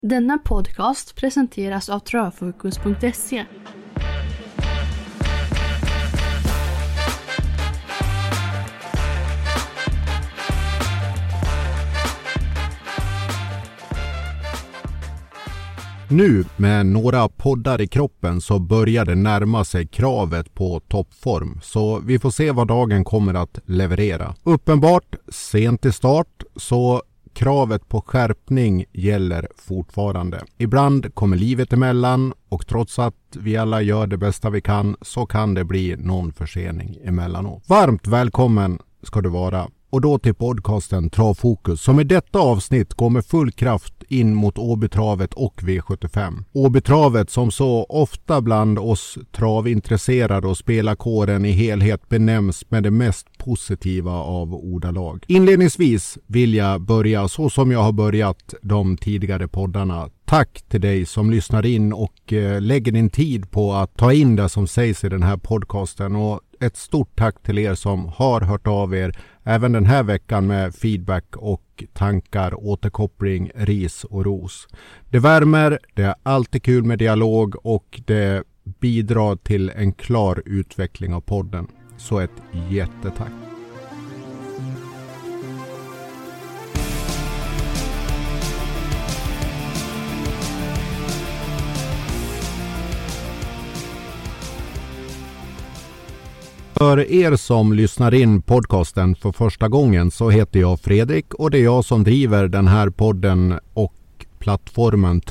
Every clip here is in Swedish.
Denna podcast presenteras av travfokus.se. Nu med några poddar i kroppen så börjar det närma sig kravet på toppform, så vi får se vad dagen kommer att leverera. Uppenbart sent i start, så kravet på skärpning gäller fortfarande. Ibland kommer livet emellan och trots att vi alla gör det bästa vi kan så kan det bli någon försening emellanåt. Varmt välkommen ska du vara. Och då till podcasten Travfokus som i detta avsnitt går med full kraft in mot Åbytravet och V75. Åbytravet som så ofta bland oss travintresserade och spelarkåren i helhet benämns med det mest positiva av ordalag. Inledningsvis vill jag börja så som jag har börjat de tidigare poddarna. Tack till dig som lyssnar in och lägger din tid på att ta in det som sägs i den här podcasten, och ett stort tack till er som har hört av er även den här veckan med feedback och tankar, återkoppling, ris och ros. Det värmer, det är alltid kul med dialog och det bidrar till en klar utveckling av podden. Så ett jättetack. För er som lyssnar in podcasten för första gången så heter jag Fredrik och det är jag som driver den här podden och plattformen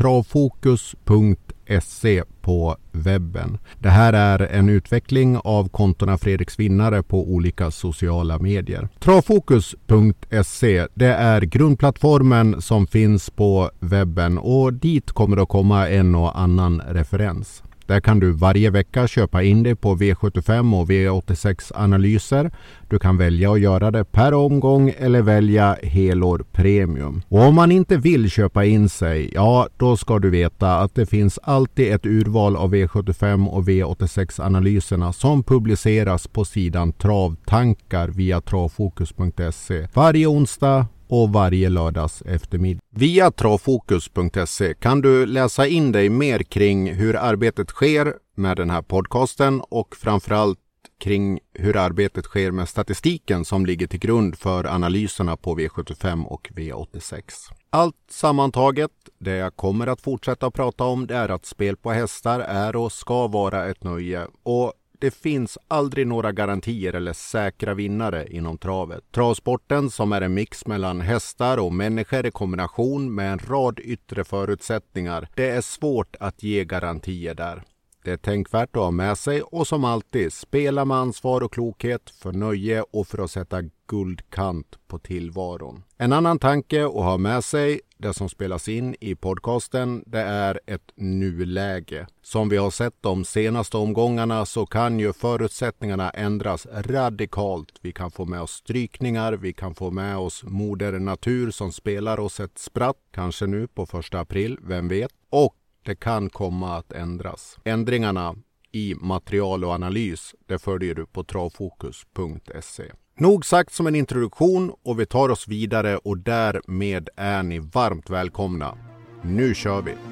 travfokus.se på webben. Det här är en utveckling av kontona Fredriks vinnare på olika sociala medier. Travfokus.se, det är grundplattformen som finns på webben och dit kommer det att komma en och annan referens. Där kan du varje vecka köpa in dig på V75 och V86 analyser. Du kan välja att göra det per omgång eller välja helår premium. Och om man inte vill köpa in sig, ja då ska du veta att det finns alltid ett urval av V75 och V86 analyserna som publiceras på sidan Travtankar via travfokus.se varje onsdag och varje lördags eftermiddag. Via travfokus.se kan du läsa in dig mer kring hur arbetet sker med den här podcasten och framförallt kring hur arbetet sker med statistiken som ligger till grund för analyserna på V75 och V86. Allt sammantaget, det jag kommer att fortsätta att prata om, det är att spel på hästar är och ska vara ett nöje, och det finns aldrig några garantier eller säkra vinnare inom travet. Travsporten som är en mix mellan hästar och människor i kombination med en rad yttre förutsättningar. Det är svårt att ge garantier där. Det är tänkvärt att ha med sig och som alltid spela med ansvar och klokhet för nöje och för att sätta guldkant på tillvaron. En annan tanke att ha med sig, det som spelas in i podcasten, det är ett nuläge. Som vi har sett de senaste omgångarna så kan ju förutsättningarna ändras radikalt. Vi kan få med oss strykningar, vi kan få med oss moder natur som spelar oss ett spratt, kanske nu på 1 april, vem vet. Och det kan komma att ändras. Ändringarna i material och analys, det följer du på travfokus.se. Nog sagt som en introduktion och vi tar oss vidare och därmed är ni varmt välkomna. Nu kör vi!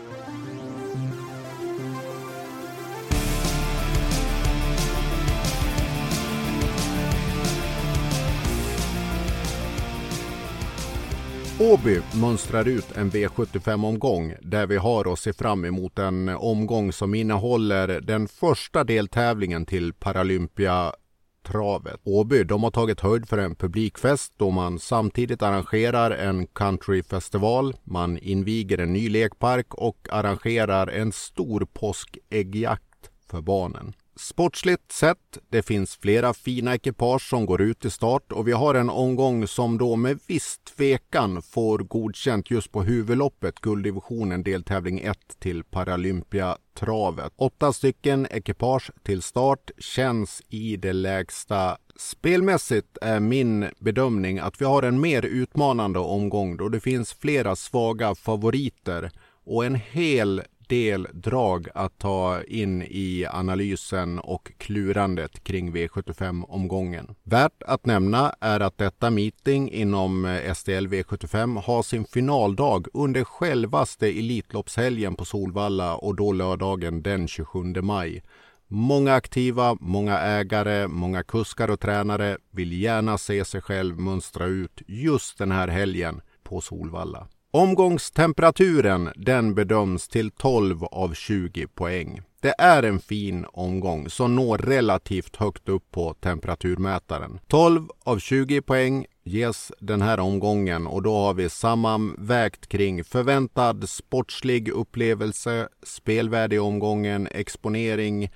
Åby mönstrar ut en V75-omgång där vi har att se fram emot en omgång som innehåller den första deltävlingen till Paralympiatravet. Åby, de har tagit höjd för en publikfest då man samtidigt arrangerar en countryfestival, man inviger en ny lekpark och arrangerar en stor påskäggjakt för barnen. Sportsligt sett, det finns flera fina ekipage som går ut i start och vi har en omgång som då med viss tvekan får godkänt just på huvudloppet, gulddivisionen deltävling 1 till Paralympiatravet. 8 stycken ekipage till start känns i det lägsta. Spelmässigt är min bedömning att vi har en mer utmanande omgång då det finns flera svaga favoriter och en hel del drag att ta in i analysen och klurandet kring V75-omgången. Värt att nämna är att detta meeting inom STL V75 har sin finaldag under självaste Elitloppshelgen på Solvalla och då lördagen den 27 maj. Många aktiva, många ägare, många kuskar och tränare vill gärna se sig själv mönstra ut just den här helgen på Solvalla. Omgångstemperaturen den bedöms till 12 av 20 poäng. Det är en fin omgång som når relativt högt upp på temperaturmätaren. 12 av 20 poäng ges den här omgången och då har vi sammanvägt kring förväntad sportslig upplevelse, spelvärde i omgången, exponering,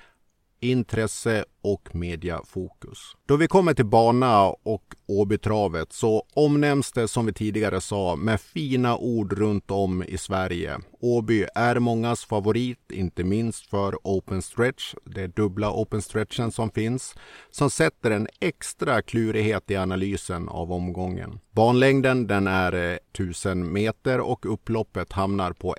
intresse och mediafokus. Då vi kommer till bana och Åbytravet så omnämns det som vi tidigare sa med fina ord runt om i Sverige. Åby är mångas favorit, inte minst för open stretch, det dubbla open stretchen som finns, som sätter en extra klurighet i analysen av omgången. Banlängden den är 1000 meter och upploppet hamnar på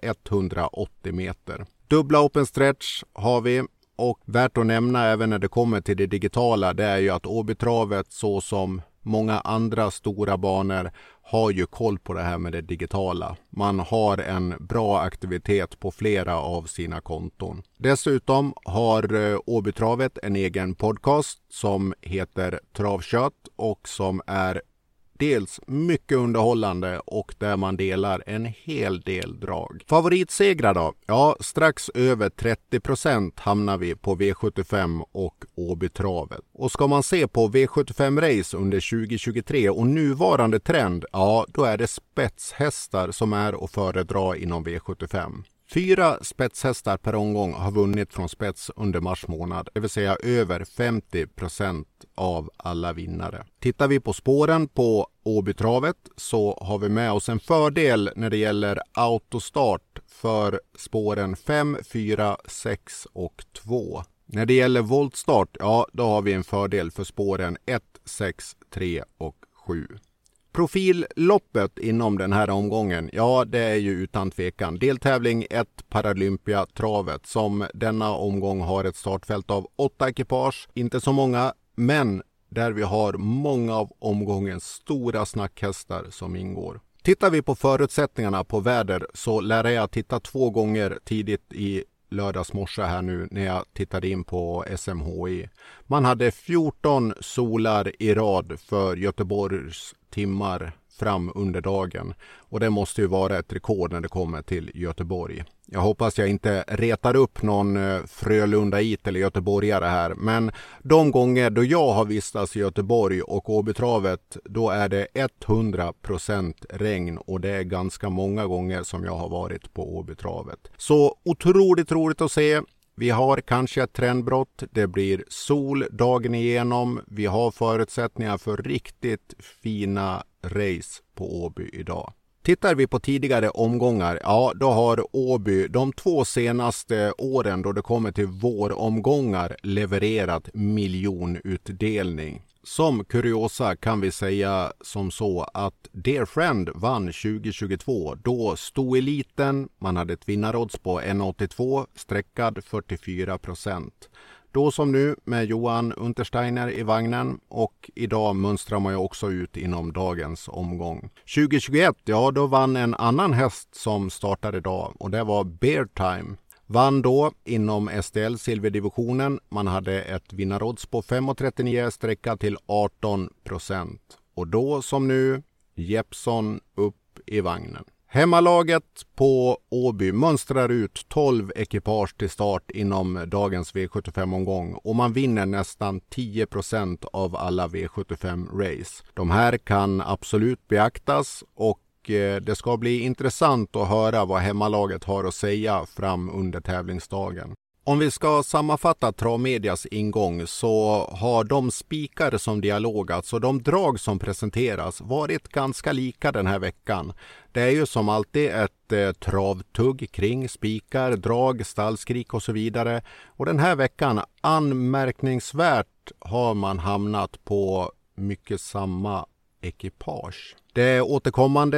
180 meter. Dubbla open stretch har vi. Och värt att nämna även när det kommer till det digitala, det är ju att Åbytravet så som många andra stora banor har ju koll på det här med det digitala. Man har en bra aktivitet på flera av sina konton. Dessutom har Åbytravet en egen podcast som heter Travkött och som är dels mycket underhållande och där man delar en hel del drag. Favoritsegrar då? Ja, strax över 30% hamnar vi på V75 och Åbytravet. Och ska man se på V75-race under 2023 och nuvarande trend, ja då är det spetshästar som är att föredra inom V75. 4 spetshästar per omgång har vunnit från spets under mars månad, det vill säga över 50% av alla vinnare. Tittar vi på spåren på Åbytravet så har vi med oss en fördel när det gäller autostart för spåren 5, 4, 6 och 2. När det gäller voltstart, ja då har vi en fördel för spåren 1, 6, 3 och 7. Profilloppet inom den här omgången, ja det är ju utan tvekan deltävling 1 Paralympiatravet som denna omgång har ett startfält av 8 ekipage, inte så många, men där vi har många av omgångens stora snackhästar som ingår. Tittar vi på förutsättningarna på väder så lär jag titta 2 gånger tidigt i lördags morse här nu när jag tittade in på SMHI. Man hade 14 solar i rad för Göteborgs timmar fram under dagen och det måste ju vara ett rekord när det kommer till Göteborg. Jag hoppas jag inte retar upp någon Frölundait eller göteborgare här, men de gånger då jag har vistats i Göteborg och Åbytravet då är det 100% regn och det är ganska många gånger som jag har varit på Åbytravet. Så otroligt roligt att se. Vi har kanske ett trendbrott, det blir sol dagen igenom, vi har förutsättningar för riktigt fina race på Åby idag. Tittar vi på tidigare omgångar, ja då har Åby de 2 senaste åren då det kommer till våromgångar levererat miljonutdelning. Som kuriosa kan vi säga som så att Dear Friend vann 2022. Då stod eliten, man hade ett vinnarodds på 1,82, sträckad 44%. Då som nu med Johan Untersteiner i vagnen och idag mönstrar man ju också ut inom dagens omgång. 2021, ja då vann en annan häst som startade idag och det var Bear Time. Vann då inom STL silverdivisionen. Man hade ett vinnarodds på 5,39 sträcka till 18%. Och då som nu Jeppson upp i vagnen. Hemmalaget på Åby mönstrar ut 12 ekipage till start inom dagens V75-omgång och man vinner nästan 10% av alla V75-race. De här kan absolut beaktas och det ska bli intressant att höra vad hemmalaget har att säga fram under tävlingsdagen. Om vi ska sammanfatta Travmedias ingång så har de spikar som dialogats och de drag som presenteras varit ganska lika den här veckan. Det är ju som alltid ett travtugg kring spikar, drag, stallskrik och så vidare. Och den här veckan anmärkningsvärt har man hamnat på mycket samma ekipage. Det är återkommande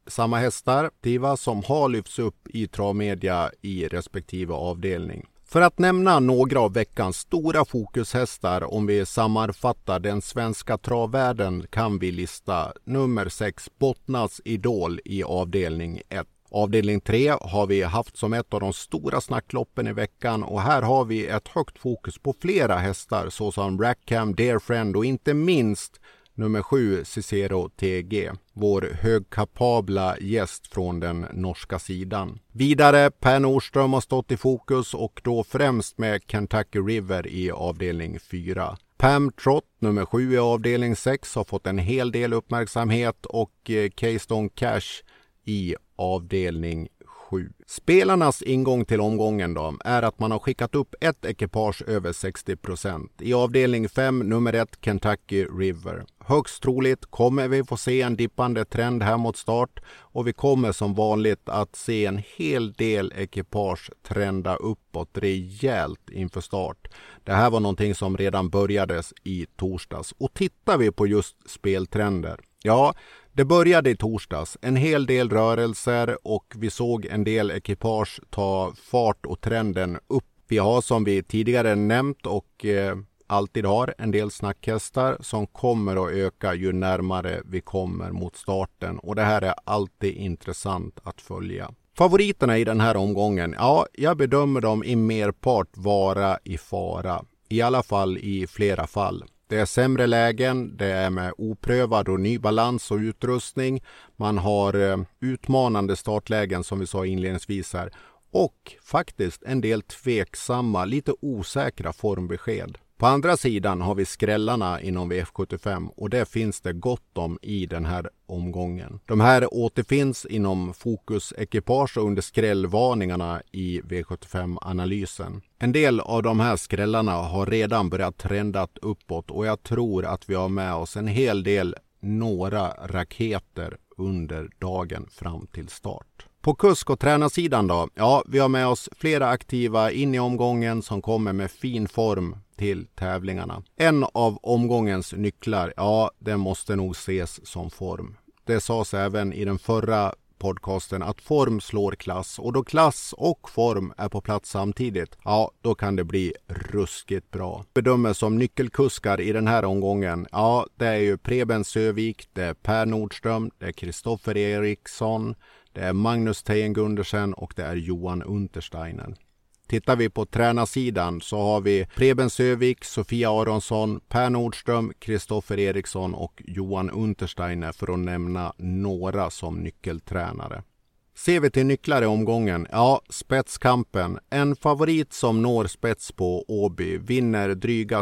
samma hästar som har lyfts upp i travmedia i respektive avdelning. För att nämna några av veckans stora fokushästar om vi sammanfattar den svenska travvärlden kan vi lista nummer 6 Bottnas Idol i avdelning 1. Avdelning 3 har vi haft som ett av de stora snackloppen i veckan och här har vi ett högt fokus på flera hästar såsom Rackham, Dear Friend och inte minst nummer 7 Cicero TG, vår högkapabla gäst från den norska sidan. Vidare Per Nordström har stått i fokus och då främst med Kentucky River i avdelning 4. Pam Trott, nummer 7 i avdelning 6, har fått en hel del uppmärksamhet och Keystone Cash i avdelning 7. Spelarnas ingång till omgången då är att man har skickat upp ett ekipage över 60%. I avdelning 5, nummer 1 Kentucky River. Högst troligt kommer vi få se en dippande trend här mot start och vi kommer som vanligt att se en hel del ekipage trenda uppåt rejält inför start. Det här var någonting som redan börjades i torsdags och tittar vi på just speltrender. Ja, det började i torsdags, en hel del rörelser och vi såg en del ekipage ta fart och trenden upp. Vi har som vi tidigare nämnt och alltid har en del snackhästar som kommer att öka ju närmare vi kommer mot starten och det här är alltid intressant att följa. Favoriterna i den här omgången, ja, jag bedömer dem i merpart vara i fara, i alla fall i flera fall. Det är sämre lägen, det är med oprövad och ny balans och utrustning. Man har utmanande startlägen som vi sa inledningsvis här. Och faktiskt en del tveksamma, lite osäkra formbesked. På andra sidan har vi skrällarna inom V75 och det finns det gott om i den här omgången. De här återfinns inom fokusekipage och under skrällvarningarna i V75-analysen. En del av de här skrällarna har redan börjat trendat uppåt och jag tror att vi har med oss en hel del några raketer under dagen fram till start. På kusk- och tränarsidan då? Ja, vi har med oss flera aktiva in i omgången som kommer med fin form till tävlingarna. En av omgångens nycklar, ja, det måste nog ses som form. Det sades även i den förra podcasten att form slår klass och då klass och form är på plats samtidigt, ja, då kan det bli ruskigt bra. Bedömer som nyckelkuskar i den här omgången, ja, det är ju Preben Sövik, det är Per Nordström, det är Kristoffer Eriksson, det är Magnus Tejen Gundersen och det är Johan Untersteiner. Tittar vi på tränarsidan så har vi Preben Sövik, Sofia Aronsson, Per Nordström, Kristoffer Eriksson och Johan Untersteiner för att nämna några som nyckeltränare. Ser vi till nycklar i omgången, ja, spetskampen. En favorit som når spets på Åby vinner dryga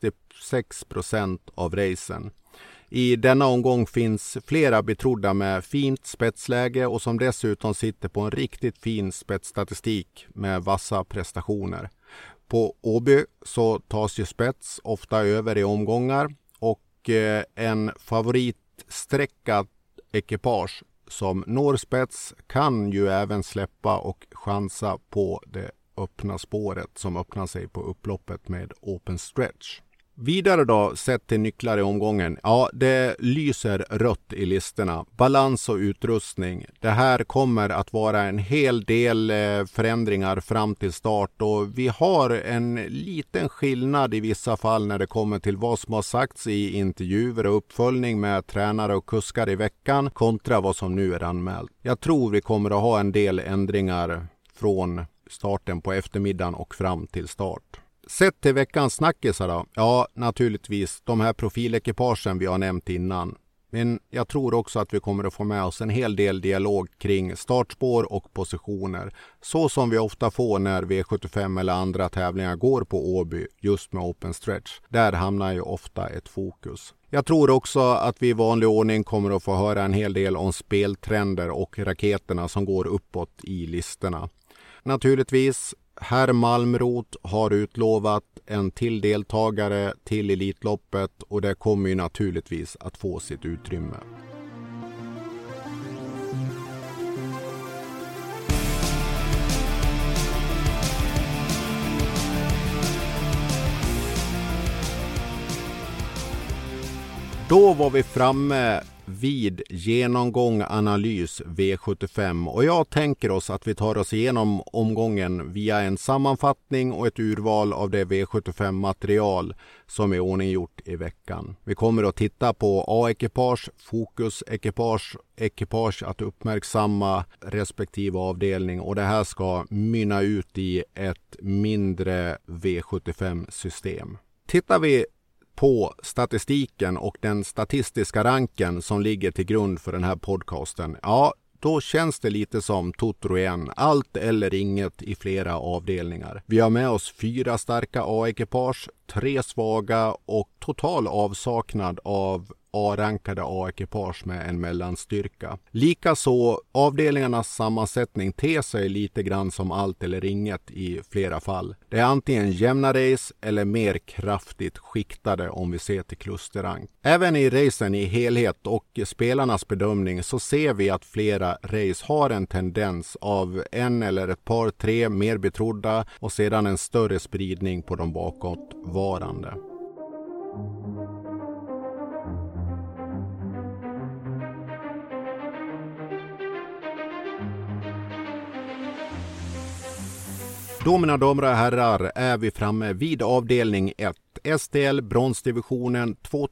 66% av racen. I denna omgång finns flera betrodda med fint spetsläge och som dessutom sitter på en riktigt fin spetsstatistik med vassa prestationer. På Åby så tas ju spets ofta över i omgångar och en favoritsträckat ekipage som når spets kan ju även släppa och chansa på det öppna spåret som öppnar sig på upploppet med open stretch. Vidare då, sett till nycklar i omgången, ja, det lyser rött i listorna. Balans och utrustning. Det här kommer att vara en hel del förändringar fram till start och vi har en liten skillnad i vissa fall när det kommer till vad som har sagts i intervjuer och uppföljning med tränare och kuskar i veckan kontra vad som nu är anmält. Jag tror vi kommer att ha en del ändringar från starten på eftermiddagen och fram till start. Sett till veckans snackisar då? Ja, naturligtvis de här profilekipagen vi har nämnt innan. Men jag tror också att vi kommer att få med oss en hel del dialog kring startspår och positioner. Så som vi ofta får när V75 eller andra tävlingar går på Åby just med open stretch. Där hamnar ju ofta ett fokus. Jag tror också att vi i vanlig ordning kommer att få höra en hel del om speltrender och raketerna som går uppåt i listorna. Naturligtvis, herr Malmrot har utlovat en till deltagare till Elitloppet och det kommer ju naturligtvis att få sitt utrymme. Då var vi framme vid genomgång analys V75 och jag tänker oss att vi tar oss igenom omgången via en sammanfattning och ett urval av det V75-material som är ordninggjort i veckan. Vi kommer att titta på A-ekipage, fokus-ekipage, ekipage att uppmärksamma respektive avdelning och det här ska mynna ut i ett mindre V75-system. Tittar vi på statistiken och den statistiska ranken som ligger till grund för den här podcasten, ja, då känns det lite som Totoro igen. Allt eller inget i flera avdelningar. Vi har med oss 4 starka A-ekipage, 3 svaga och total avsaknad av A-rankade A-ekipage med en mellanstyrka. Likaså avdelningarnas sammansättning ter sig lite grann som allt eller inget i flera fall. Det är antingen jämna race eller mer kraftigt skiktade om vi ser till klusterrank. Även i racen i helhet och spelarnas bedömning så ser vi att flera race har en tendens av en eller ett par 3 mer betrodda och sedan en större spridning på de bakåtvarande. Då mina damer och herrar är vi framme vid avdelning 1. STL bronsdivisionen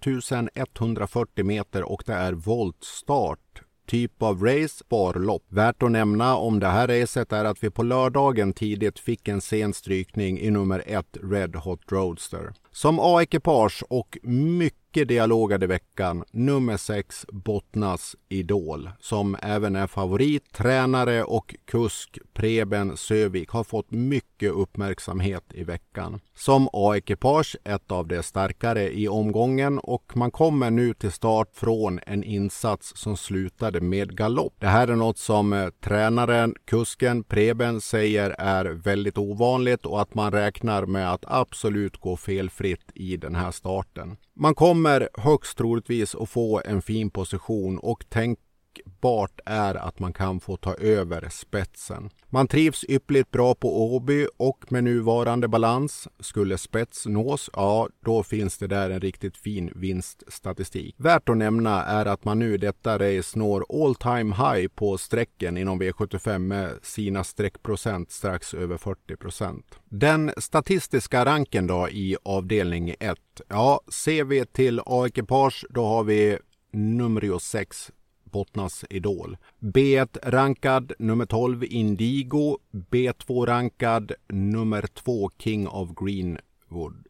2140 meter och det är voltstart. Typ av race, sparlopp. Värt att nämna om det här racet är att vi på lördagen tidigt fick en sen strykning i nummer 1 Red Hot Roadster. Som A-ekipage och mycket dialogade veckan, nummer 6 Bottnas Idol, som även är favorit, tränare och kusk Preben Sövik har fått mycket uppmärksamhet i veckan. Som A-ekipage, ett av de starkare i omgången och man kommer nu till start från en insats som slutade med galopp. Det här är något som tränaren, kusken Preben säger är väldigt ovanligt och att man räknar med att absolut gå felfritt i den här starten. Man kommer högst troligtvis att få en fin position och tänkbart är att man kan få ta över spetsen. Man trivs yppligt bra på Åby och med nuvarande balans skulle spets nås, ja då finns det där en riktigt fin vinststatistik. Värt att nämna är att man nu i detta race når all time high på sträcken inom V75 med sina sträckprocent strax över 40%. Den statistiska ranken då i avdelning 1, ja ser vi till A-ekipage då har vi nummer 6 Bottnas Idol. B1 rankad nummer 12 Indigo. B2 rankad nummer 2 King of Greenwood.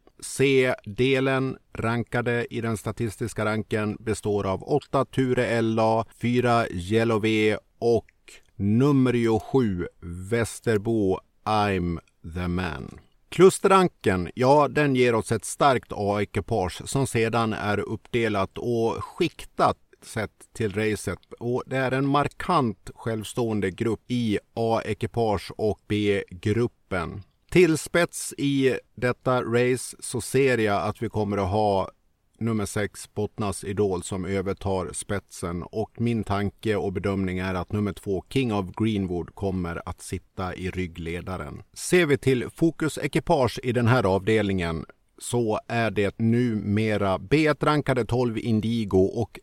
C-delen rankade i den statistiska ranken består av 8 Ture LA, 4 Yellow V och nummer 7 Västerbo I'm the man. Klusterranken, ja den ger oss ett starkt A-ekipage som sedan är uppdelat och skiktat sett till racet och det är en markant självstående grupp i A-ekipage och B-gruppen. Till spets i detta race så ser jag att vi kommer att ha nummer 6 Bottnas Idol som övertar spetsen och min tanke och bedömning är att nummer 2 King of Greenwood kommer att sitta i ryggledaren. Ser vi till fokus-ekipage i den här avdelningen så är det numera B1-rankade 12 Indigo och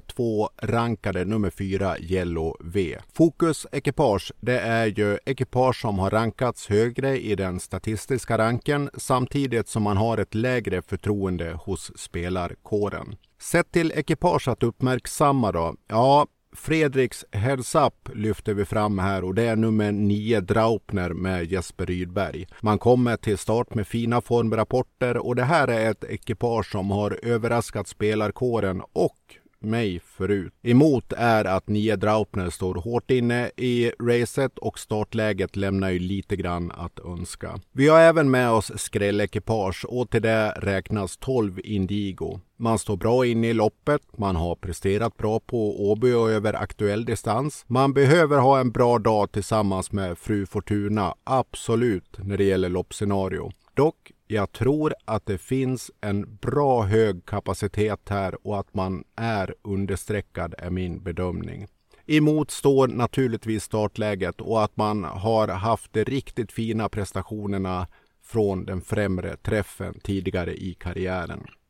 C2-rankade nummer 4 Yellow V. Fokus-ekipage, det är ju ekipage som har rankats högre i den statistiska ranken samtidigt som man har ett lägre förtroende hos spelarkåren. Sett till ekipage att uppmärksamma då, ja Fredriks Heads Up lyfter vi fram här och det är nummer 9 Draupner med Jesper Rydberg. Man kommer till start med fina formrapporter och det här är ett ekipage som har överraskat spelarkåren och mig förut. Emot är att 9 Draupner står hårt inne i racet och startläget lämnar ju lite grann att önska. Vi har även med oss skrällekipage och till det räknas 12 Indigo. Man står bra inne i loppet, man har presterat bra på Åby och över aktuell distans. Man behöver ha en bra dag tillsammans med Fru Fortuna, absolut när det gäller loppscenario. Dock, jag tror att det finns en bra hög kapacitet här och att man är understreckad är min bedömning. Emot står naturligtvis startläget och att man har haft de riktigt fina prestationerna från den främre träffen tidigare i karriären.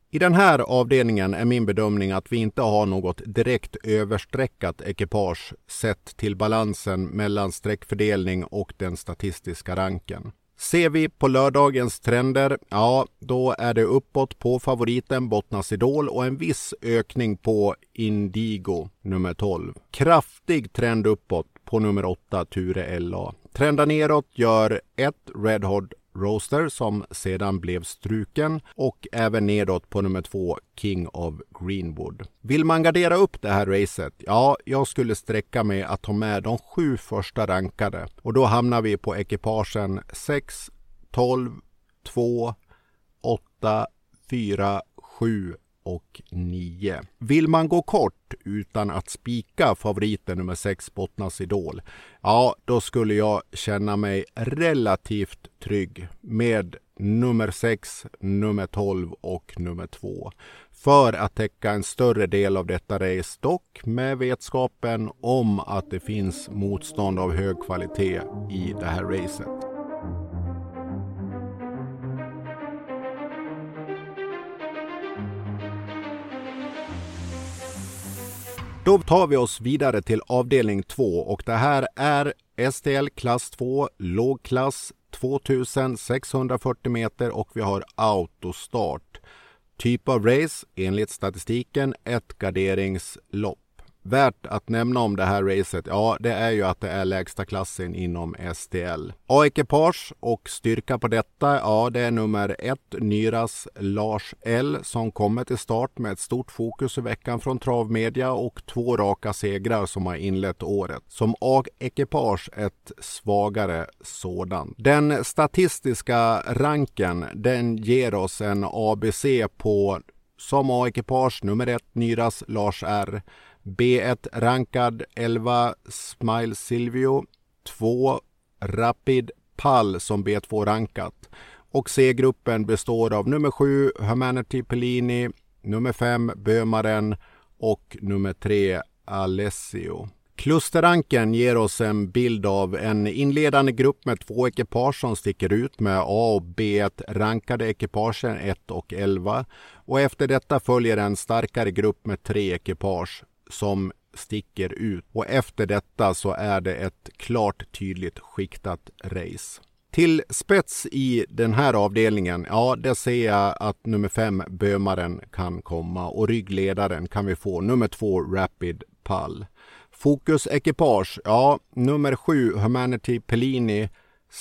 I den här avdelningen är min bedömning att vi inte har något direkt överstreckat ekipage sett till balansen mellan sträckfördelning och den statistiska ranken. Ser vi på lördagens trender, ja då är det uppåt på favoriten Bottnas Idol och en viss ökning på Indigo nummer 12. Kraftig trend uppåt på nummer 8 Ture LA. Trenda neråt gör 1 Red Hot Roaster som sedan blev struken och även nedåt på nummer 2 King of Greenwood. Vill man gardera upp det här racet? Ja, jag skulle sträcka med att ta med de 7 första rankade och då hamnar vi på ekipagen 6, 12, 2, 8, 4, 7 och 9. Vill man gå kort utan att spika favoriten nummer 6 Bottnas Idol, ja då skulle jag känna mig relativt trygg med nummer 6, nummer 12 och nummer 2 för att täcka en större del av detta race, dock med vetskapen om att det finns motstånd av hög kvalitet i det här racet. Då tar vi oss vidare till avdelning 2 och det här är STL klass 2, lågklass 2640 meter och vi har autostart. Typ av race enligt statistiken ett garderingslopp. Värt att nämna om det här racet, ja det är ju att det är lägsta klassen inom STL. A-ekipage och styrka på detta, ja det är nummer 1 Nyras Lars L som kommer till start med ett stort fokus i veckan från Travmedia och 2 raka segrar som har inlett året. Som A-ekipage ett svagare sådan. Den statistiska ranken den ger oss en ABC på som A-ekipage nummer 1 Nyras Lars R. B1 rankad 11 Smile Silvio, 2 Rapid Pall som B2 rankat och C-gruppen består av nummer 7 Humanity Pellini, nummer 5 Bömaren och nummer 3 Alessio. Klusterranken ger oss en bild av en inledande grupp med 2 ekipage som sticker ut med A och B1 rankade ekipagen 1 och 11 och efter detta följer en starkare grupp med 3 ekipage som sticker ut och efter detta så är det ett klart tydligt skiktat race. Till spets i den här avdelningen, ja det ser jag att nummer 5 Bömaren kan komma och ryggledaren kan vi få nummer 2 Rapid Pall. Fokus ekipage, ja nummer 7 Humanity Pellini,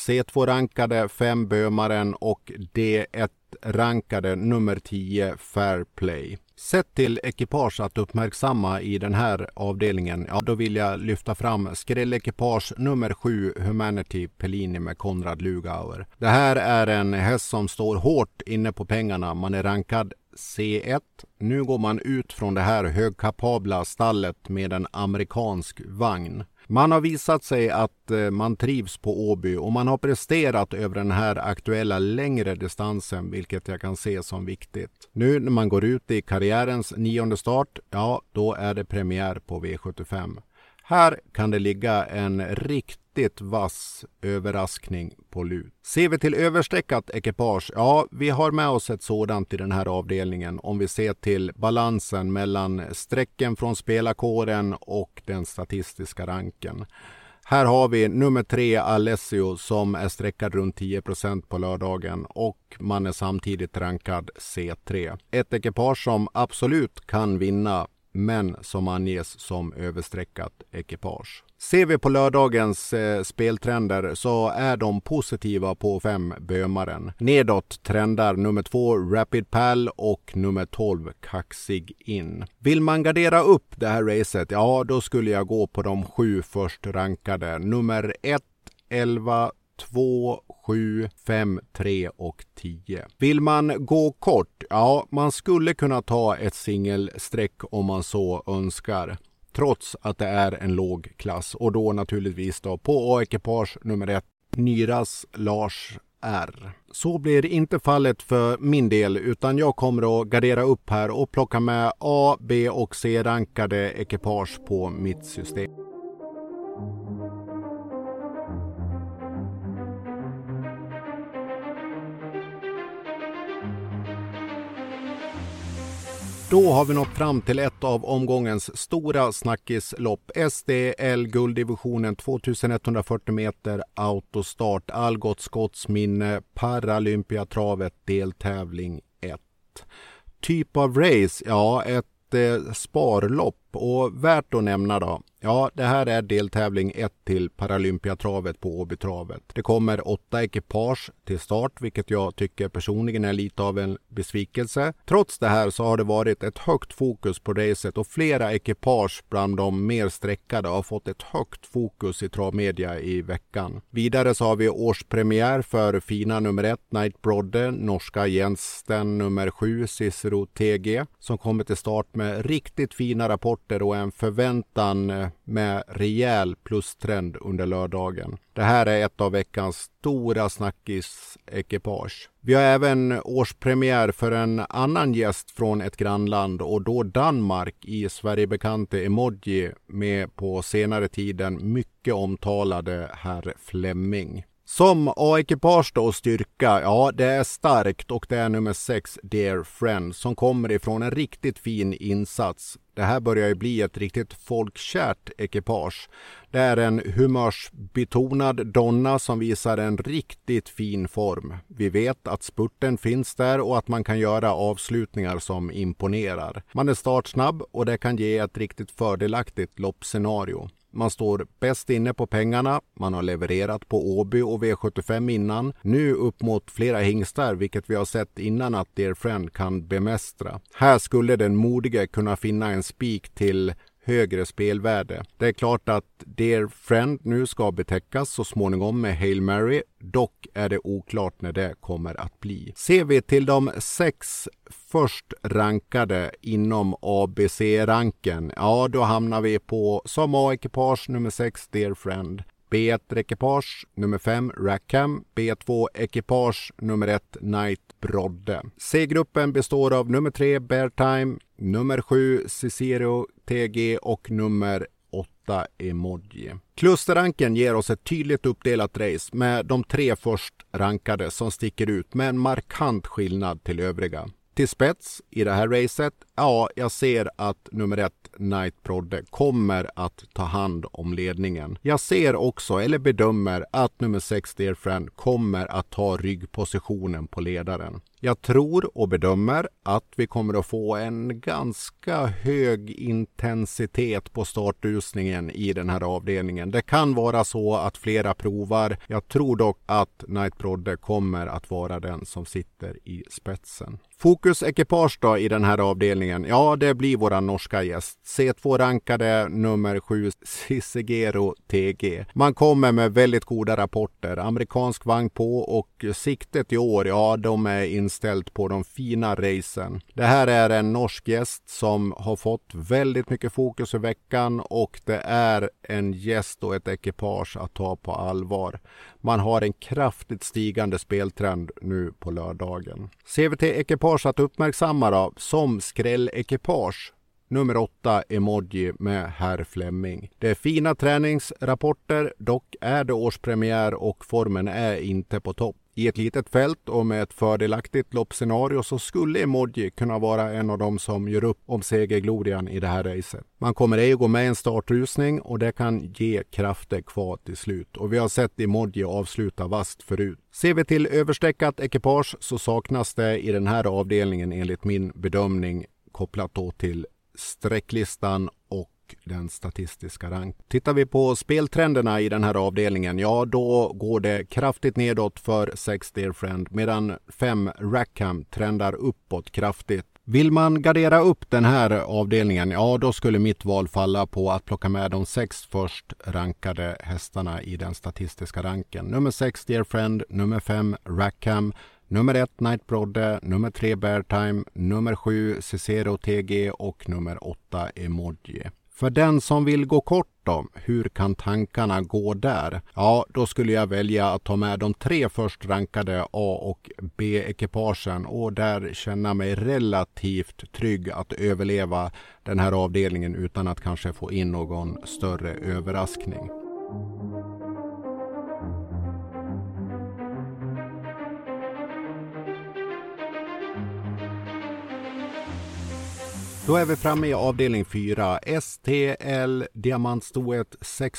C2 rankade 5 Bömaren och D1 rankade nummer 10 Fair Play. Sett till ekipage att uppmärksamma i den här avdelningen, ja då vill jag lyfta fram skrällekipage nummer 7 Humanity Pellini med Konrad Lugauer. Det här är en häst som står hårt inne på pengarna, man är rankad C1. Nu går man ut från det här högkapabla stallet med en amerikansk vagn. Man har visat sig att man trivs på Åby och man har presterat över den här aktuella längre distansen, vilket jag kan se som viktigt. Nu när man går ut i karriärens 9:e start, ja då är det premiär på V75. Här kan det ligga en riktigt vass överraskning på lut. Ser vi till överstreckat ekipage, ja vi har med oss ett sådant i den här avdelningen om vi ser till balansen mellan strecken från spelarkåren och den statistiska ranken. Här har vi nummer 3 Alessio som är sträckad runt 10% på lördagen och man är samtidigt rankad C3. Ett ekipage som absolut kan vinna men som anges som överstreckat ekipage. Ser vi på lördagens speltrender så är de positiva på 5 Bömaren. Nedåt trendar nummer 2 Rapid Pal och nummer 12 Kaxig In. Vill man gardera upp det här racet, ja då skulle jag gå på de 7 först rankade. Nummer 1, 11, 2, 7, 5, 3 och 10. Vill man gå kort? Ja, man skulle kunna ta ett singelsträck om man så önskar. Trots att det är en låg klass. Och då naturligtvis då på A-ekipage nummer 1 Nyras Lars R. Så blir inte fallet för min del utan jag kommer att gardera upp här och plocka med A, B och C-rankade ekipage på mitt system. Då har vi nått fram till ett av omgångens stora snackislopp. SDL gulddivisionen 2140 meter autostart, Algot Scottsminne, Paralympiatravet deltävling 1. Typ av race, ja ett sparlopp och värt att nämna då. Ja, det här är deltävling 1 till Paralympiatravet på Åbytravet. Det kommer 8 ekipage till start, vilket jag tycker personligen är lite av en besvikelse. Trots det här så har det varit ett högt fokus på racet och flera ekipage bland de mer sträckade har fått ett högt fokus i travmedia i veckan. Vidare så har vi årspremiär för fina nummer 1 Night Brodde, norska Jensten nummer 7 Cicero TG som kommer till start med riktigt fina rapporter och en förväntan med rejäl plustrend under lördagen. Det här är ett av veckans stora snackis-ekipage. Vi har även årspremiär för en annan gäst från ett grannland och då Danmark i Sverigebekante Emoji med på senare tiden mycket omtalade herr Flemming. Som A-ekipage då styrka, ja det är starkt och det är nummer 6 Dear Friend som kommer ifrån en riktigt fin insats. Det här börjar ju bli ett riktigt folkkärt ekipage. Det är en humörsbetonad donna som visar en riktigt fin form. Vi vet att spurten finns där och att man kan göra avslutningar som imponerar. Man är startsnabb och det kan ge ett riktigt fördelaktigt loppscenario. Man står bäst inne på pengarna, man har levererat på Åby och V75 innan. Nu upp mot flera hingstar vilket vi har sett innan att Dear Friend kan bemästra. Här skulle den modige kunna finna en spik till högre spelvärde. Det är klart att Dear Friend nu ska betäckas så småningom med Hail Mary. Dock är det oklart när det kommer att bli. Ser vi till de 6 först rankade inom ABC-ranken, ja då hamnar vi på som A-ekipage nummer 6 Dear Friend. B1-ekipage nummer 5 Rackham, B2-ekipage nummer 1 Night Brodde. C-gruppen består av nummer 3 Bear Time, nummer 7 Cicero TG och nummer 8 Emoji. Klusterranken ger oss ett tydligt uppdelat race med de 3 först rankade som sticker ut med en markant skillnad till övriga. Till spets i det här racet, ja jag ser att nummer 1 Night Brodde kommer att ta hand om ledningen. Jag ser också, eller bedömer, att nummer 6 Dear Friend kommer att ta ryggpositionen på ledaren. Jag tror och bedömer att vi kommer att få en ganska hög intensitet på startrusningen i den här avdelningen. Det kan vara så att flera provar. Jag tror dock att Night Brodde kommer att vara den som sitter i spetsen. Fokusekipage då i den här avdelningen, ja det blir våra norska gäst. C2-rankade nummer 7 Cicero TG. Man kommer med väldigt goda rapporter. Amerikansk vagn på och siktet i år, ja de är inställt på de fina racen. Det här är en norsk gäst som har fått väldigt mycket fokus i veckan och det är en gäst och ett ekipage att ta på allvar. Man har en kraftigt stigande speltrend nu på lördagen. CVT-ekipage att uppmärksamma då, som skrällekipage. Nummer 8 Emoji med herr Flemming. Det är fina träningsrapporter, dock är det årspremiär och formen är inte på topp. I ett litet fält och med ett fördelaktigt loppscenario så skulle Emoji kunna vara en av dem som gör upp om segerglorian i det här racet. Man kommer ej att gå med en startrusning och det kan ge krafter kvar till slut. Och vi har sett Emoji avsluta vast förut. Ser vi till översträckat ekipage så saknas det i den här avdelningen enligt min bedömning kopplat då till sträcklistan och den statistiska rank. Tittar vi på speltrenderna i den här avdelningen, ja då går det kraftigt nedåt för 6 Dear Friend medan 5 Rackham trendar uppåt kraftigt. Vill man gardera upp den här avdelningen, ja då skulle mitt val falla på att plocka med de 6 först rankade hästarna i den statistiska ranken. Nummer 6 Dear Friend, nummer 5 Rackham, nummer 1 Night Brodde, nummer 3 Bear Time, nummer 7 Cicero TG och nummer 8 Emoji. För den som vill gå kort då, hur kan tankarna gå där? Ja, då skulle jag välja att ta med de 3 först rankade A- och B-ekipagen och där känna mig relativt trygg att överleva den här avdelningen utan att kanske få in någon större överraskning. Då är vi framme i avdelning 4. STL diamantstoet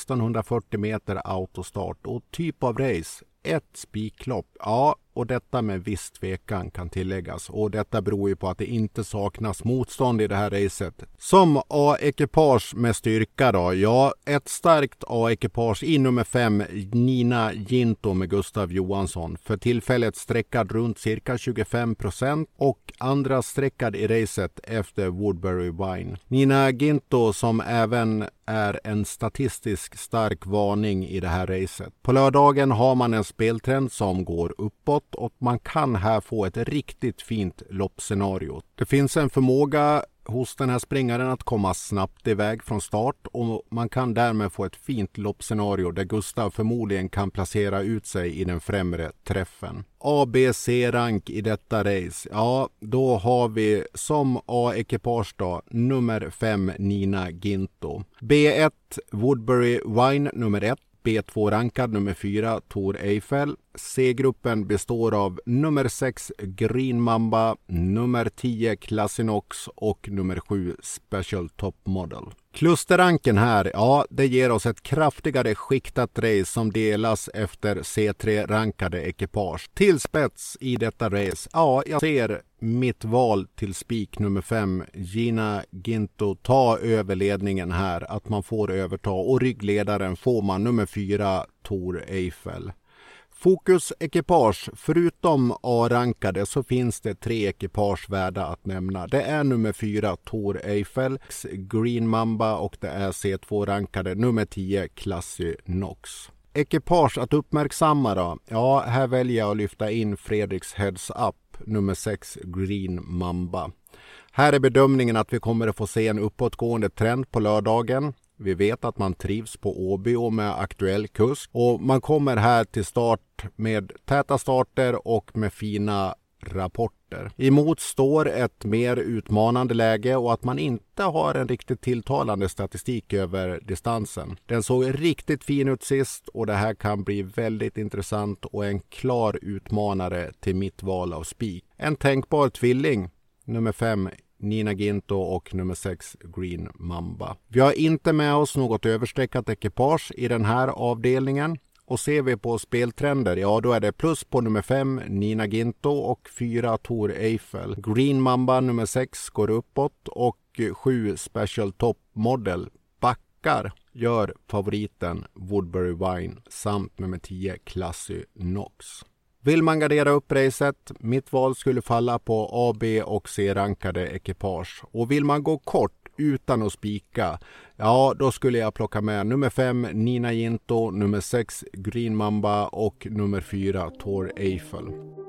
1640 meter autostart och typ av race. Ett spiklopp. Ja, och detta med viss tvekan kan tilläggas. Och detta beror ju på att det inte saknas motstånd i det här racet. Som A-ekipage med styrka då. Ja, ett starkt A-ekipage i nummer 5, Nina Ginto med Gustav Johansson. För tillfället sträckad runt cirka 25% och andra sträckad i racet efter Woodbury Wine. Nina Ginto som även är en statistisk stark varning i det här racet. På lördagen har man en speltrend som går uppåt och man kan här få ett riktigt fint loppscenario. Det finns en förmåga hos den här springaren att komma snabbt iväg från start och man kan därmed få ett fint loppscenario där Gustav förmodligen kan placera ut sig i den främre träffen. ABC-rank i detta race, ja då har vi som A-ekipage då nummer 5 Nina Ginto. B1 Woodbury Wine nummer 1. B2 rankad nummer 4 Tor Eiffel. C-gruppen består av nummer 6 Green Mamba, nummer 10 Classinox och nummer 7 Special Top Model. Klusterranken här, ja det ger oss ett kraftigare skiktat race som delas efter C3-rankade ekipage. Till spets i detta race, ja jag ser mitt val till spik nummer 5, Nina Ginto, ta över ledningen här, att man får överta och ryggledaren får man nummer 4 Tor Eiffel. Fokus-ekipage, förutom A-rankade så finns det 3 ekipage värda att nämna. Det är nummer 4 Tor Eiffel, Green Mamba och det är C2-rankade nummer 10 Classinox. Ekipage att uppmärksamma då? Ja, här väljer jag att lyfta in Fredriks Heads Up, nummer 6 Green Mamba. Här är bedömningen att vi kommer att få se en uppåtgående trend på lördagen. Vi vet att man trivs på Åby och med aktuell kusk. Och man kommer här till start med täta starter och med fina rapporter. Emot står ett mer utmanande läge och att man inte har en riktigt tilltalande statistik över distansen. Den såg riktigt fin ut sist och det här kan bli väldigt intressant och en klar utmanare till mitt val av spik. En tänkbar tvilling, nummer 5 Nina Ginto och nummer 6 Green Mamba. Vi har inte med oss något överstreckat ekipage i den här avdelningen. Och ser vi på speltrender, ja då är det plus på nummer 5 Nina Ginto och 4 Tor Eiffel. Green Mamba nummer 6 går uppåt och 7 Special Top Model backar, gör favoriten Woodbury Wine samt nummer 10 Classinox. Vill man gardera upp racet, mitt val skulle falla på A, B och C-rankade ekipage. Och vill man gå kort utan att spika, ja då skulle jag plocka med nummer 5 Nina Ginto, nummer 6 Green Mamba och nummer 4 Tor Eiffel.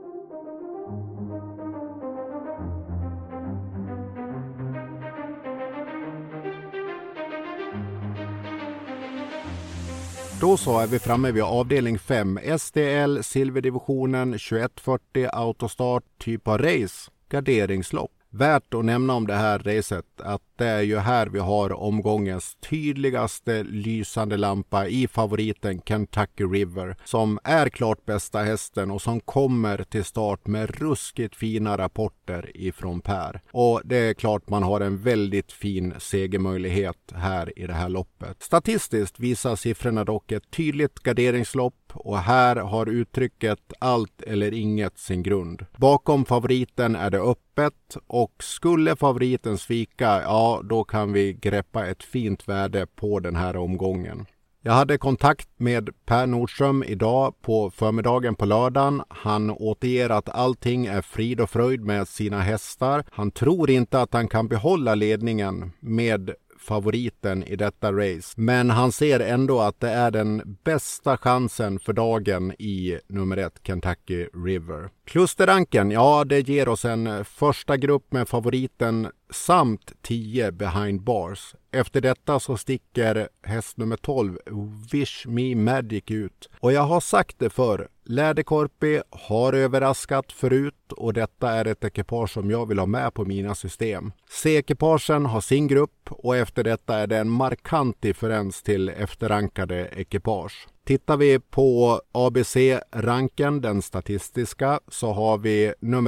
Då så är vi framme vid avdelning 5. STL Silverdivisionen 2140 autostart typ av race, garderingslopp. Värt att nämna om det här racet att det är ju här vi har omgångens tydligaste lysande lampa i favoriten Kentucky River som är klart bästa hästen och som kommer till start med ruskigt fina rapporter ifrån Per. Och det är klart man har en väldigt fin segermöjlighet här i det här loppet. Statistiskt visar siffrorna dock ett tydligt garderingslopp och här har uttrycket allt eller inget sin grund. Bakom favoriten är det öppet och skulle favoriten svika, ja då kan vi greppa ett fint värde på den här omgången. Jag hade kontakt med Per Nordström idag på förmiddagen på lördagen. Han återger att allting är frid och fröjd med sina hästar. Han tror inte att han kan behålla ledningen med favoriten i detta race. Men han ser ändå att det är den bästa chansen för dagen i nummer 1 Kentucky River. Klusterranken, ja det ger oss en första grupp med favoriten samt 10 behind bars. Efter detta så sticker häst nummer 12 Wish Me Magic ut. Och jag har sagt det förr, Läderkorpi har överraskat förut och detta är ett ekipage som jag vill ha med på mina system. C-ekipagen har sin grupp och efter detta är det en markant differens till efterrankade ekipage. Tittar vi på ABC-ranken, den statistiska, så har vi nummer 1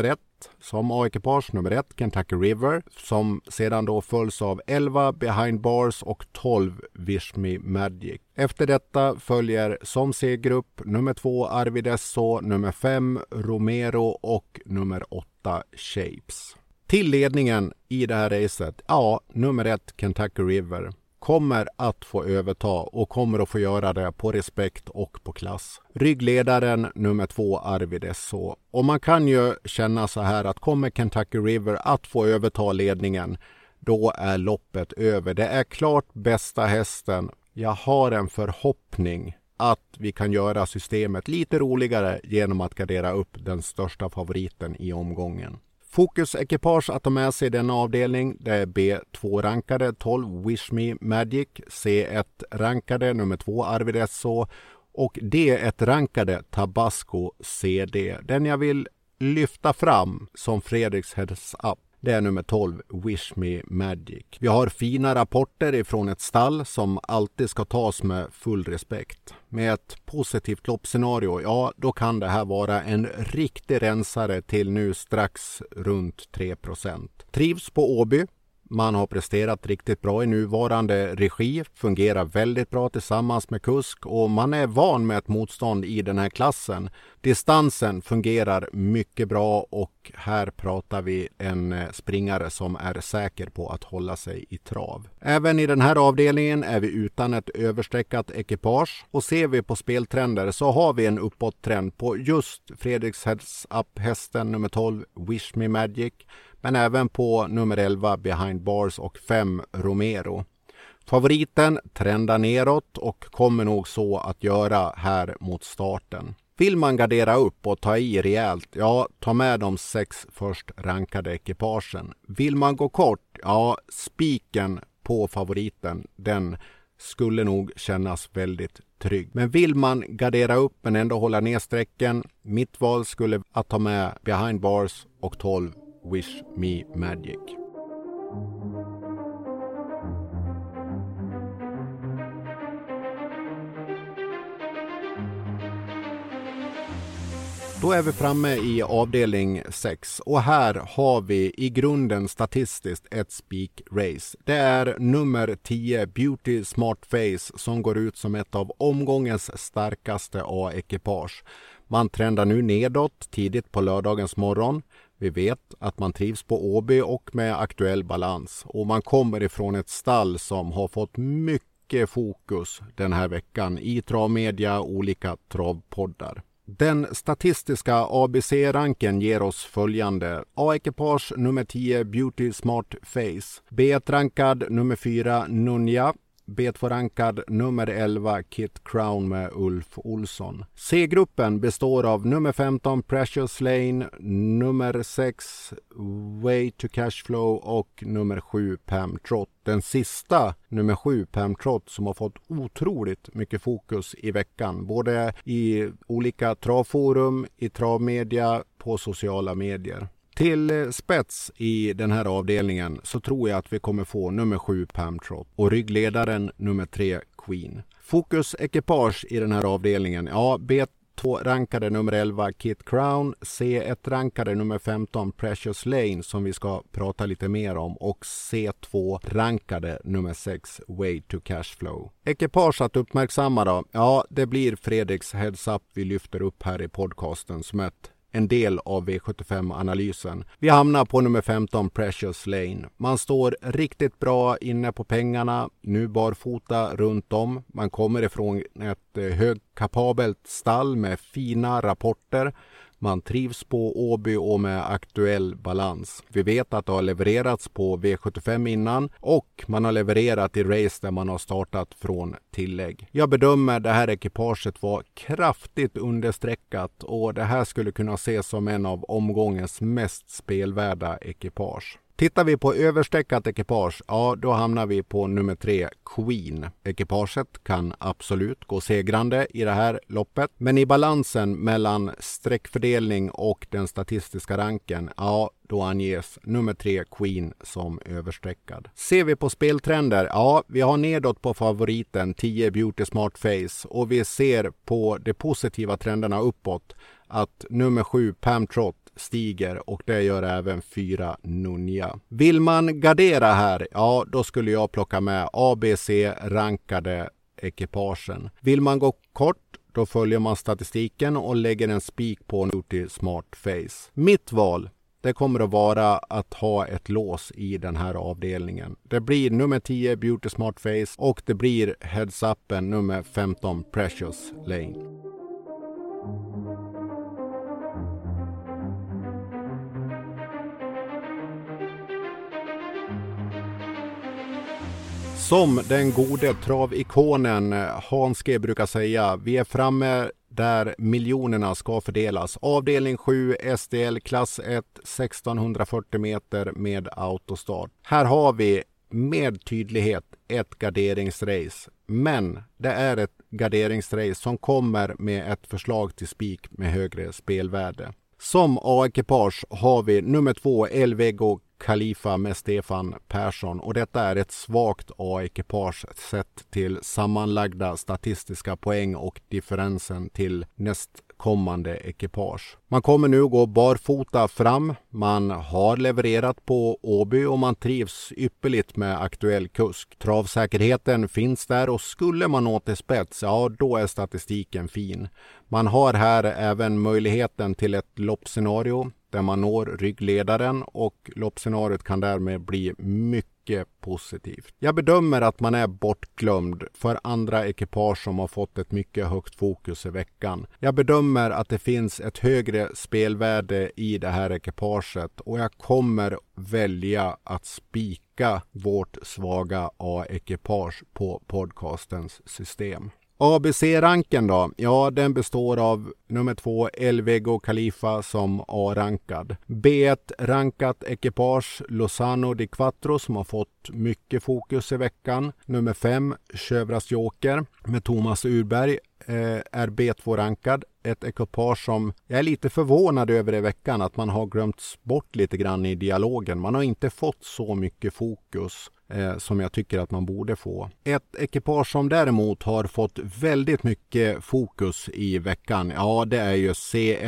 som A-ekipage nummer 1 Kentucky River, som sedan då följs av 11 Behind Bars och 12 Wish Me Magic. Efter detta följer som C-grupp nummer 2 Arvid Esso, nummer 5 Romero och nummer 8 Shapes. Till ledningen i det här racet, nummer 1 Kentucky River kommer att få överta och kommer att få göra det på respekt och på klass. Ryggledaren nummer 2 Arvid Esso. Och man kan ju känna så här att kommer Kentucky River att få överta ledningen, då är loppet över. Det är klart bästa hästen. Jag har en förhoppning att vi kan göra systemet lite roligare genom att gardera upp den största favoriten i omgången. Fokus-ekipage att ta med sig denna avdelning, det är B2-rankade 12 Wish Me Magic, C1-rankade nummer 2 Arvid Esso och D1-rankade Tabasco CD. Den jag vill lyfta fram som Fredriks heads up, det är nummer 12 Wish Me Magic. Vi har fina rapporter ifrån ett stall som alltid ska tas med full respekt. Med ett positivt loppscenario, då kan det här vara en riktig rensare till nu strax runt 3%. Trivs på Åby. Man har presterat riktigt bra i nuvarande regi, fungerar väldigt bra tillsammans med kusk och man är van med ett motstånd i den här klassen. Distansen fungerar mycket bra och här pratar vi en springare som är säker på att hålla sig i trav. Även i den här avdelningen är vi utan ett överstreckat ekipage och ser vi på speltrender så har vi en uppåttrend på just Fredriks heads up hästen nummer 12 Wish Me Magic. Men även på nummer 11 Behind Bars och 5 Romero. Favoriten trendar neråt och kommer nog så att göra här mot starten. Vill man gardera upp och ta i rejält, ta med de 6 först rankade ekipagen. Vill man gå kort, spiken på favoriten, den skulle nog kännas väldigt trygg. Men vill man gardera upp men ändå hålla ner sträcken, mitt val skulle att ta med Behind Bars och 12 Wish Me Magic. Då är vi framme i avdelning 6 och här har vi i grunden statistiskt ett spik-race. Det är nummer 10 Beauty Smart Face som går ut som ett av omgångens starkaste A-ekipage. Man trendar nu nedåt tidigt på lördagens morgon. Vi vet att man trivs på Åby och med aktuell balans. Och man kommer ifrån ett stall som har fått mycket fokus den här veckan i travmedia och olika travpoddar. Den statistiska ABC-ranken ger oss följande. A-ekipage nummer 10 Beauty Smart Face. B1-rankad nummer 4 Nunja. B2-rankad nummer 11 Kit Crown med Ulf Olsson. C-gruppen består av nummer 15 Precious Lane, nummer 6 Way to Cashflow och nummer 7 Pam Trott. Den sista, nummer 7 Pam Trott, som har fått otroligt mycket fokus i veckan. Både i olika travforum, i travmedia, på sociala medier. Till spets i den här avdelningen så tror jag att vi kommer få nummer 7 Pam Trott och ryggledaren nummer 3 Queen. Fokus-ekipage i den här avdelningen, B2-rankade nummer 11 Kit Crown, C1-rankade nummer 15 Precious Lane som vi ska prata lite mer om och C2-rankade nummer 6 Way to Cashflow. Ekipage att uppmärksamma då, det blir Fredriks heads up vi lyfter upp här i podcasten som en del av V75-analysen. Vi hamnar på nummer 15 Precious Lane. Man står riktigt bra inne på pengarna, nu barfota runt om. Man kommer ifrån ett högkapabelt stall med fina rapporter. Man trivs på Åby och med aktuell balans. Vi vet att det har levererats på V75 innan och man har levererat i race där man har startat från tillägg. Jag bedömer det här ekipaget var kraftigt understreckat och det här skulle kunna ses som en av omgångens mest spelvärda ekipage. Tittar vi på överstreckat ekipage, då hamnar vi på nummer 3 Queen. Ekipaget kan absolut gå segrande i det här loppet, men i balansen mellan sträckfördelning och den statistiska ranken, då anges nummer 3 Queen som överstreckad. Ser vi på speltrender, vi har nedåt på favoriten 10 Beauty Smart Face och vi ser på de positiva trenderna uppåt att nummer 7 Pam Trott stiger och det gör även 4 Nunja. Vill man gardera här, ja då skulle jag plocka med ABC-rankade ekipagen. Vill man gå kort, då följer man statistiken och lägger en spik på Beauty Smart Face. Mitt val, det kommer att vara att ha ett lås i den här avdelningen. Det blir nummer 10 Beauty Smart Face och det blir heads-upen nummer 15 Precious Lane. Som den gode travikonen Hans G brukar säga, vi är framme där miljonerna ska fördelas. Avdelning 7 STL klass 1 1640 meter med autostart. Här har vi med tydlighet ett garderingsrace. Men det är ett garderingsrace som kommer med ett förslag till spik med högre spelvärde. Som A-ekipage har vi nummer 2 Elvego Khalifa med Stefan Persson och detta är ett svagt A-ekipage sett till sammanlagda statistiska poäng och differensen till nästkommande ekipage. Man kommer nu gå barfota fram, man har levererat på Åby och man trivs ypperligt med aktuell kusk. Travsäkerheten finns där och skulle man nå till spets, ja då är statistiken fin. Man har här även möjligheten till ett loppscenario där man når ryggledaren och loppscenariot kan därmed bli mycket positivt. Jag bedömer att man är bortglömd för andra ekipage som har fått ett mycket högt fokus i veckan. Jag bedömer att det finns ett högre spelvärde i det här ekipaget och jag kommer välja att spika vårt svaga A-ekipage på podcastens system. ABC-ranken då? Ja, den består av nummer 2 Elvego Khalifa som A-rankad. B1-rankat ekipage Lozano di Quattro som har fått mycket fokus i veckan. Nummer 5 Chevras Joker med Thomas Urberg är B2-rankad. Ett ekipage som jag är lite förvånad över i veckan att man har glömts bort lite grann i dialogen. Man har inte fått så mycket fokus som jag tycker att man borde få. Ett ekipage som däremot har fått väldigt mycket fokus i veckan, ja det är ju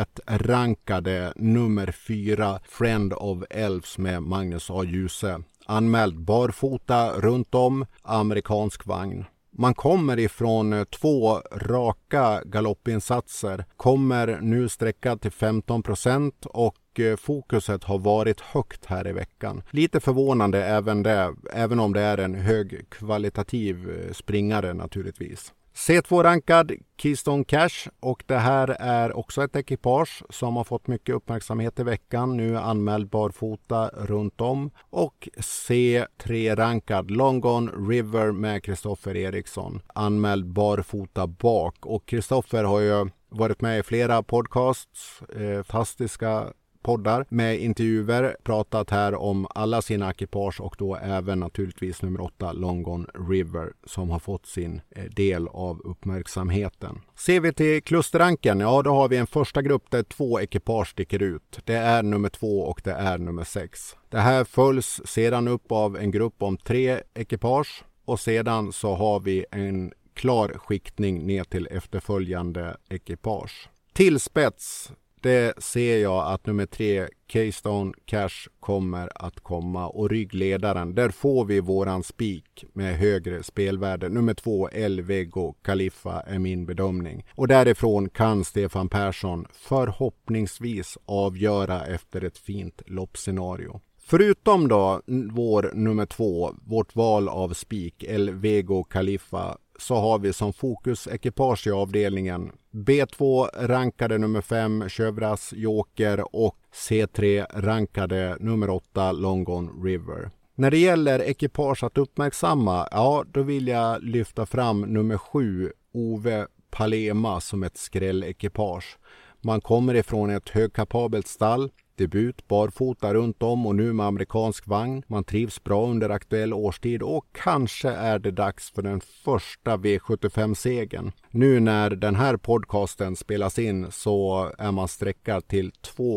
C1-rankade nummer 4 Friend of Elves med Magnus A. Djuse. Anmäld barfota runt om, amerikansk vagn. Man kommer ifrån 2 raka galoppinsatser, kommer nu sträcka till 15% och fokuset har varit högt här i veckan. Lite förvånande även om det är en högkvalitativ springare naturligtvis. C2-rankad Keystone Cash och det här är också ett ekipage som har fått mycket uppmärksamhet i veckan. Nu anmäld barfota runt om. Och C3-rankad Long Gone River med Kristoffer Eriksson. Anmäld barfota bak och Kristoffer har ju varit med i flera podcasts, fantastiska poddar med intervjuer, pratat här om alla sina ekipage och då även naturligtvis nummer 8 Long Gone River som har fått sin del av uppmärksamheten. Ser vi till klusterranken, ja då har vi en första grupp där 2 ekipage sticker ut. Det är nummer 2 och det är nummer 6. Det här följs sedan upp av en grupp om 3 ekipage och sedan så har vi en klar skiktning ner till efterföljande ekipage. Till spets, det ser jag att nummer 3 Keystone Cash kommer att komma och ryggledaren, där får vi våran spik med högre spelvärde. Nummer 2 Elvego Khalifa är min bedömning. Och därifrån kan Stefan Persson förhoppningsvis avgöra efter ett fint loppscenario. Förutom då vår nummer 2, vårt val av spik Elvego Khalifa, så har vi som fokus ekipage i avdelningen B2 rankade nummer 5 Chevras Joker och C3 rankade nummer 8 Long Gone River. När det gäller ekipage att uppmärksamma, ja då vill jag lyfta fram nummer 7 Ove Palema som ett skrällekipage. Man kommer ifrån ett högkapabelt stall. Debut, barfota runt om och nu med amerikansk vagn. Man trivs bra under aktuell årstid och kanske är det dags för den första V75-segern. Nu när den här podcasten spelas in så är man sträckad till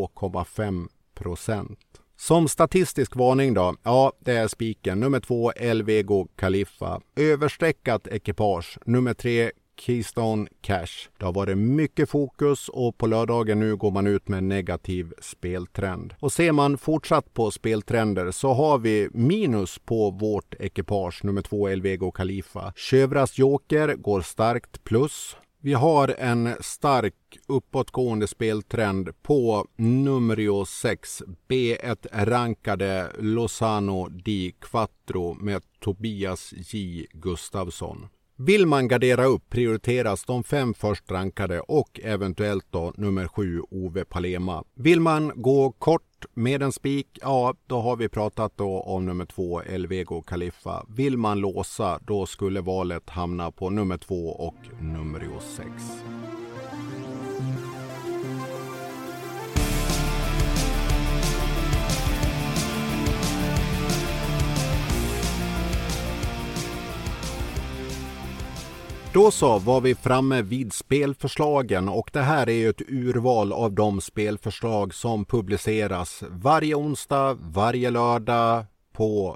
2,5%. Som statistisk varning då, ja det är spiken. Nummer 2 Elvego Khalifa. Översträckat ekipage. Nummer 3 Keystone Cash. Det har varit mycket fokus och på lördagen nu går man ut med negativ speltrend. Och ser man fortsatt på speltrender så har vi minus på vårt ekipage nummer 2 Elvego Khalifa. Chevras Joker går starkt plus. Vi har en stark uppåtgående speltrend på nummer 6 B1-rankade Lozano di Quattro med Tobias J. Gustafsson. Vill man gardera upp prioriteras de 5 först rankade och eventuellt då nummer 7 Ove Palema. Vill man gå kort med en spik, ja då har vi pratat då om nummer 2 Elvego Khalifa. Vill man låsa då skulle valet hamna på nummer 2 och nummer 6. Då så var vi framme vid spelförslagen och det här är ju ett urval av de spelförslag som publiceras varje onsdag, varje lördag på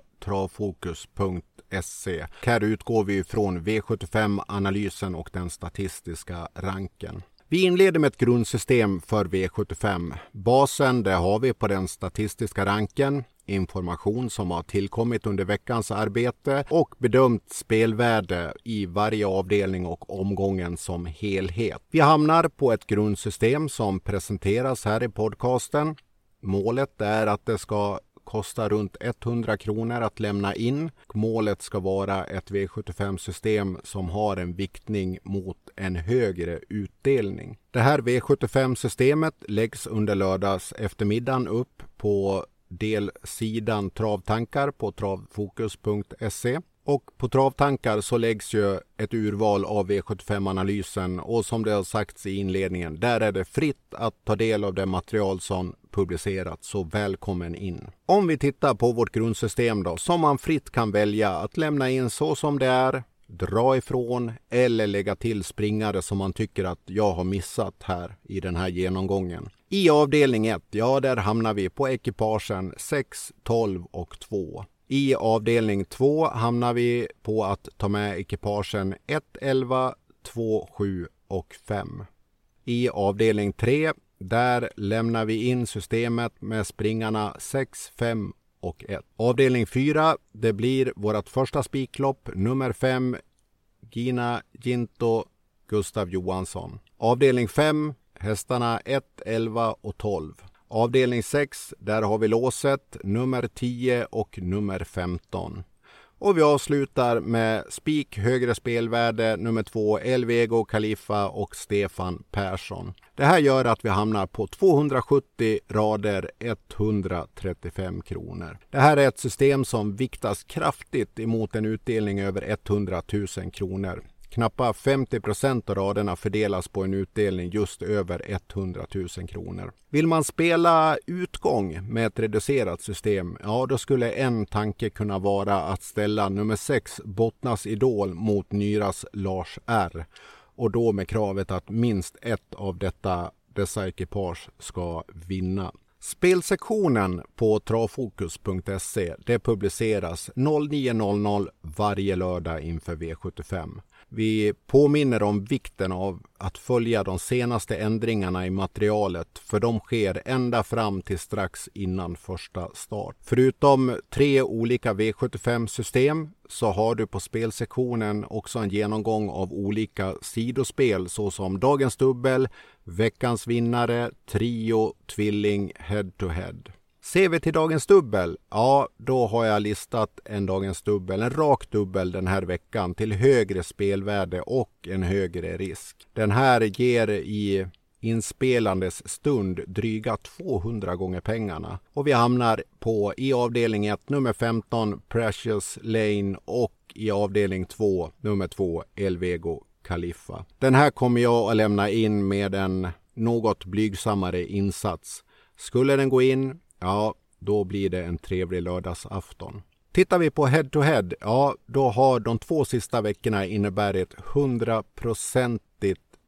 travfokus.se. Här utgår vi från V75-analysen och den statistiska ranken. Vi inleder med ett grundsystem för V75. Basen det har vi på den statistiska ranken. Information som har tillkommit under veckans arbete och bedömt spelvärde i varje avdelning och omgången som helhet. Vi hamnar på ett grundsystem som presenteras här i podcasten. Målet är att det ska kosta runt 100 kronor att lämna in. Målet ska vara ett V75-system som har en viktning mot en högre utdelning. Det här V75-systemet läggs under lördags eftermiddagen upp på delsidan Travtankar på travfokus.se. Och på Travtankar så läggs ju ett urval av V75-analysen och som det har sagts i inledningen, där är det fritt att ta del av det material som publicerats, så välkommen in. Om vi tittar på vårt grundsystem då, som man fritt kan välja att lämna in så som det är, dra ifrån eller lägga till springare som man tycker att jag har missat här i den här genomgången. I avdelning 1, ja där hamnar vi på ekipagen 6, 12 och 2. I avdelning 2 hamnar vi på att ta med ekipagen 1, 11, 2, 7 och 5. I avdelning 3, där lämnar vi in systemet med springarna 6, 5 och 1. Avdelning 4, det blir vårt första spiklopp, nummer 5, Gina Ginto, Gustav Johansson. Avdelning 5, hästarna 1, 11 och 12. Avdelning 6, där har vi låset nummer 10 och nummer 15. Och vi avslutar med spik högre spelvärde nummer 2 Elvego Khalifa och Stefan Persson. Det här gör att vi hamnar på 270 rader 135 kronor. Det här är ett system som viktas kraftigt emot en utdelning över 100 000 kronor. Knappt 50% av raderna fördelas på en utdelning just över 100 000 kronor. Vill man spela utgång med ett reducerat system, ja då skulle en tanke kunna vara att ställa nummer 6 Bottnas Idol mot Nyras Lars R. Och då med kravet att minst ett av dessa ekipage ska vinna. Spelsektionen på travfokus.se det publiceras 09.00 varje lördag inför V75. Vi påminner om vikten av att följa de senaste ändringarna i materialet, för de sker ända fram till strax innan första start. Förutom 3 olika V75-system så har du på spelsektionen också en genomgång av olika sidospel såsom dagens dubbel, veckans vinnare, trio, tvilling, head to head. Ser vi till dagens dubbel, ja då har jag listat en dagens dubbel, en rak dubbel den här veckan till högre spelvärde och en högre risk. Den här ger i inspelandes stund dryga 200 gånger pengarna. Och vi hamnar på i avdelning 1 nummer 15 Precious Lane och i avdelning 2 nummer 2 Elvego Khalifa. Den här kommer jag att lämna in med en något blygsammare insats. Skulle den gå in, ja, då blir det en trevlig lördagsafton. Tittar vi på head-to-head, ja, då har de 2 sista veckorna inneburit 100%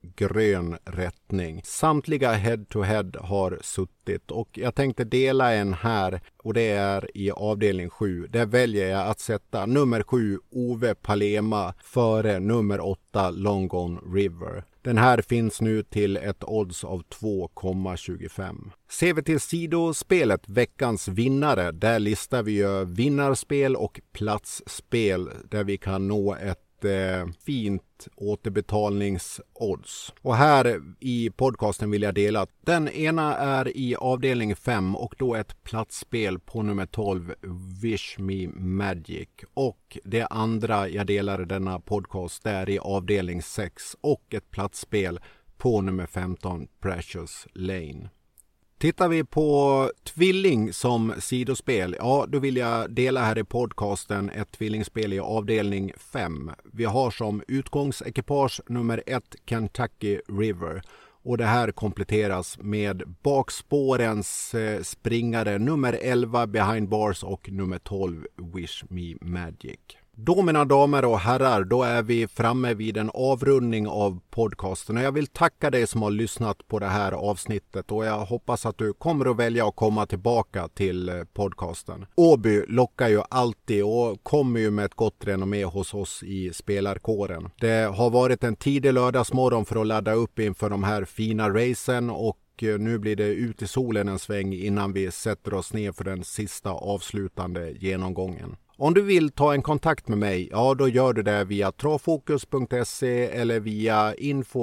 grön rättning. Samtliga head-to-head har suttit och jag tänkte dela en här och det är i avdelning 7. Där väljer jag att sätta nummer 7 Ove Palema före nummer 8 Long Gone River. Den här finns nu till ett odds av 2,25. Ser vi till sidospelet veckans vinnare, där listar vi ju vinnarspel och platsspel där vi kan nå ett fint återbetalningsodds. Och här i podcasten vill jag dela att den ena är i avdelning 5 och då ett platsspel på nummer 12 Wish Me Magic. Och det andra jag delar i denna podcast är i avdelning 6 och ett platsspel på nummer 15 Precious Lane. Tittar vi på tvilling som sidospel, ja då vill jag dela här i podcasten ett tvillingspel i avdelning 5. Vi har som utgångsekipage nummer 1 Kentucky River och det här kompletteras med bakspårens springare nummer 11 Behind Bars och nummer 12 Wish Me Magic. Då mina damer och herrar, då är vi framme vid en avrundning av podcasten och jag vill tacka dig som har lyssnat på det här avsnittet och jag hoppas att du kommer att välja att komma tillbaka till podcasten. Åby lockar ju alltid och kommer ju med ett gott renommé hos oss i spelarkåren. Det har varit en tidig lördagsmorgon för att ladda upp inför de här fina racen och nu blir det ut i solen en sväng innan vi sätter oss ner för den sista avslutande genomgången. Om du vill ta en kontakt med mig, ja då gör du det via travfokus.se eller via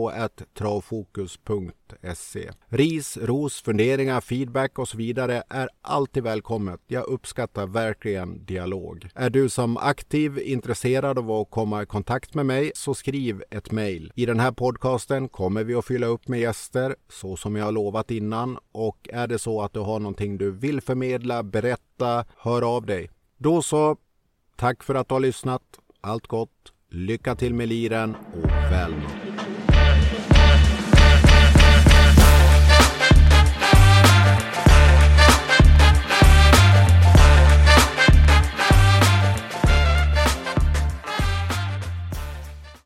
info@travfokus.se. Ris, ros, funderingar, feedback och så vidare är alltid välkommet. Jag uppskattar verkligen dialog. Är du som aktiv intresserad av att komma i kontakt med mig så skriv ett mejl. I den här podcasten kommer vi att fylla upp med gäster så som jag har lovat innan och är det så att du har någonting du vill förmedla, berätta, hör av dig. Då så, tack för att du har lyssnat. Allt gott, lycka till med liren och väl något.